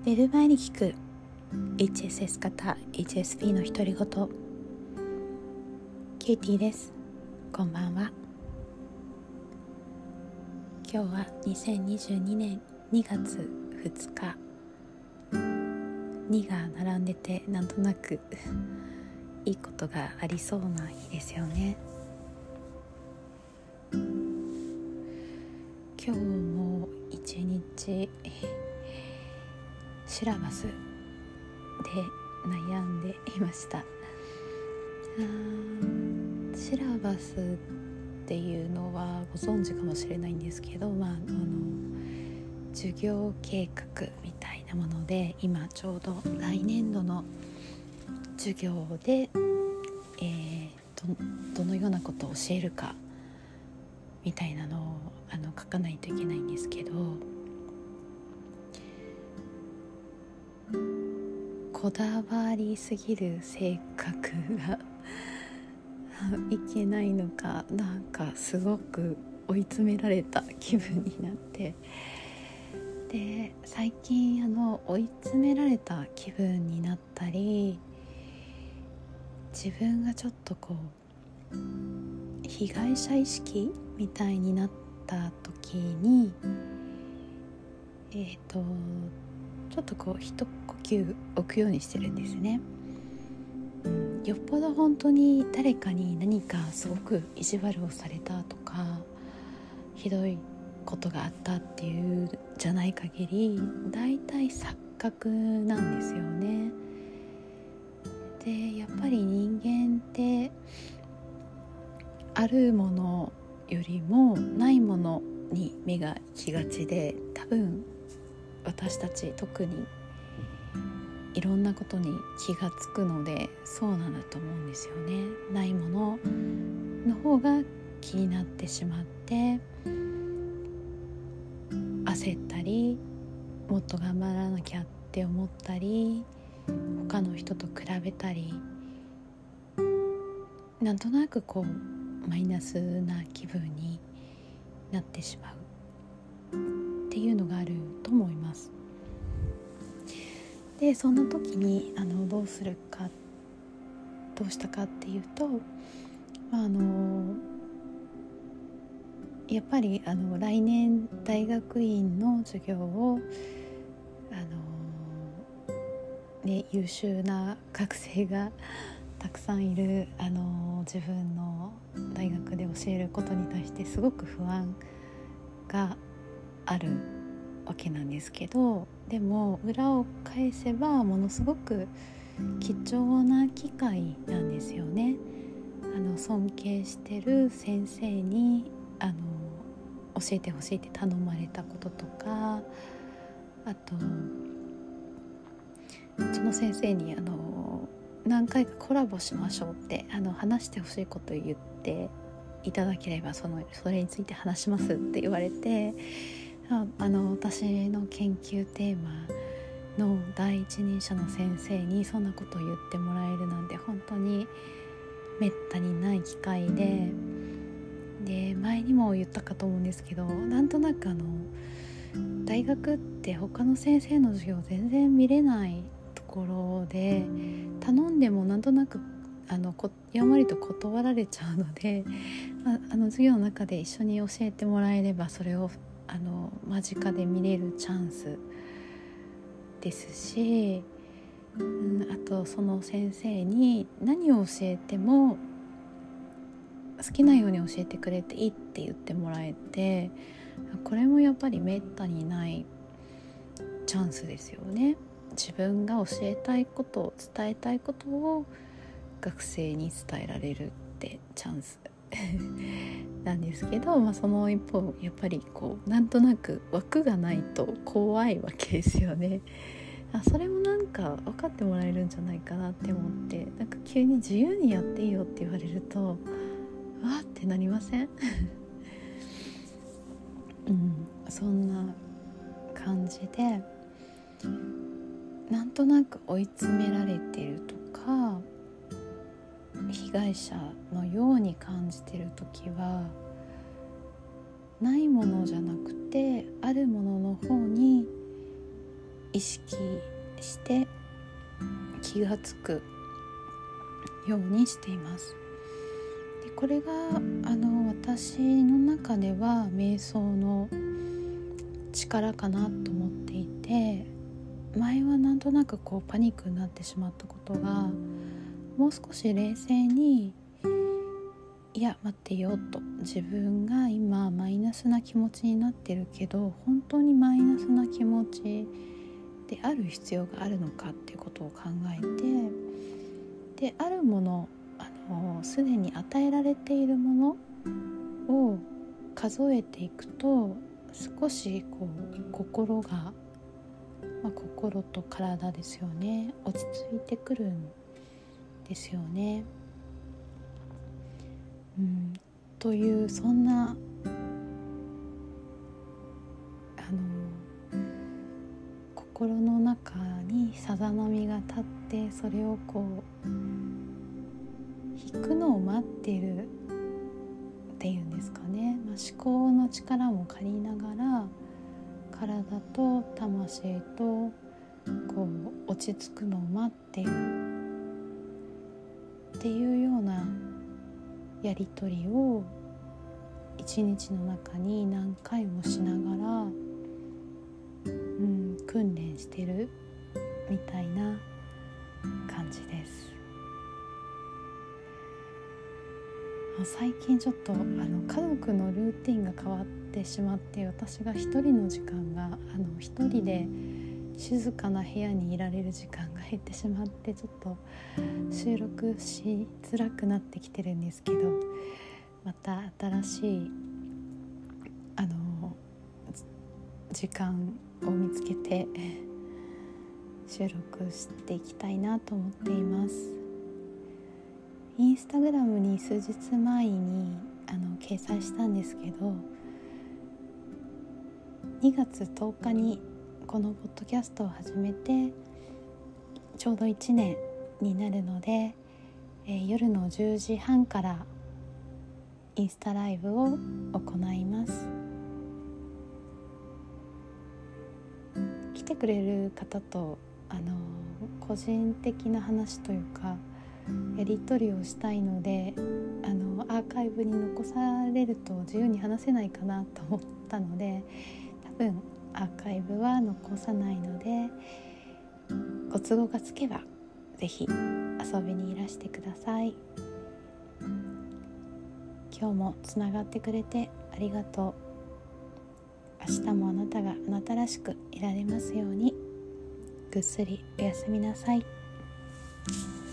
寝る前に聞く HSS 型 HSP の独り言。ケイティです。こんばんは。今日は2022年2月2日、2が並んでてなんとなくいいことがありそうな日ですよね。今日も一日シラバスで悩んでいました。シラバスっていうのはご存知かもしれないんですけど、授業計画みたいなもので、今ちょうど来年度の授業で、どのようなことを教えるかみたいなのを書かないといけないんですけど、こだわりすぎる性格がいけないのか、なんかすごく追い詰められた気分になって、で最近追い詰められた気分になったり、自分がちょっと被害者意識みたいになった時にちょっと一呼吸置くようにしてるんですね。よっぽど本当に誰かに何かすごく意地悪をされたとか、ひどいことがあったっていうじゃない限り、だいたい錯覚なんですよね。でやっぱり人間ってあるものよりもないものに目が行きがちで、多分私たち特にいろんなことに気がつくのでそうなんだと思うんですよね。ないものの方が気になってしまって焦ったり、もっと頑張らなきゃって思ったり、他の人と比べたり、なんとなくマイナスな気分になってしまうっていうのがあると思います。でそんな時にどうしたかっていうと、やっぱり来年大学院の授業を優秀な学生がたくさんいる自分の大学で教えることに対してすごく不安があるわけなんですけど、でも裏を返せばものすごく貴重な機会なんですよね。尊敬してる先生に教えてほしいって頼まれたこととか、あとその先生に何回かコラボしましょうって話してほしいことを言っていただければそれについて話しますって言われて、私の研究テーマの第一人者の先生にそんなことを言ってもらえるなんて本当にめったにない機会で、前にも言ったかと思うんですけど、なんとなく大学って他の先生の授業全然見れないところで、頼んでもなんとなくやんわりと断られちゃうので、授業の中で一緒に教えてもらえればそれを間近で見れるチャンスですし、あとその先生に何を教えても好きなように教えてくれていいって言ってもらえて、これもやっぱりめったにないチャンスですよね。自分が教えたいことを伝えたいことを学生に伝えられるってチャンスなんですけど、その一方やっぱりなんとなく枠がないと怖いわけですよね。それもなんか分かってもらえるんじゃないかなって思って、なんか急に自由にやっていいよって言われるとわーってなりませんそんな感じで、なんとなく追い詰められてるとか被害者のように感じてるときは、ないものじゃなくてあるものの方に意識して気がつくようにしています。でこれが私の中では瞑想の力かなと思っていて、前はなんとなくパニックになってしまったことが、もう少し冷静にいや待ってよと、自分が今マイナスな気持ちになってるけど本当にマイナスな気持ちである必要があるのかっていうことを考えて、であるもの、すでに与えられているものを数えていくと、少し心が、心と体ですよね、落ち着いてくるんですよね。というそんな心の中にさざ波が立って、それを引くのを待っているっていうんですかね、思考の力も借りながら体と魂と落ち着くのを待っているっていうようなやり取りを一日の中に何回もしながら、訓練してるみたいな感じです。最近ちょっと家族のルーティンが変わってしまって、私が一人の時間が一人で静かな部屋にいられる時間が減ってしまって、ちょっと収録しづらくなってきてるんですけど、また新しい時間を見つけて収録していきたいなと思っています。インスタグラムに数日前に掲載したんですけど、2月10日にこのポッドキャストを始めてちょうど1年になるので、夜の10時半からインスタライブを行います。来てくれる方と個人的な話というかやり取りをしたいので、アーカイブに残されると自由に話せないかなと思ったので、多分アーカイブは残さないので、ご都合がつけばぜひ遊びにいらしてください。今日もつながってくれてありがとう。明日もあなたがあなたらしくいられますように。ぐっすりおやすみなさい。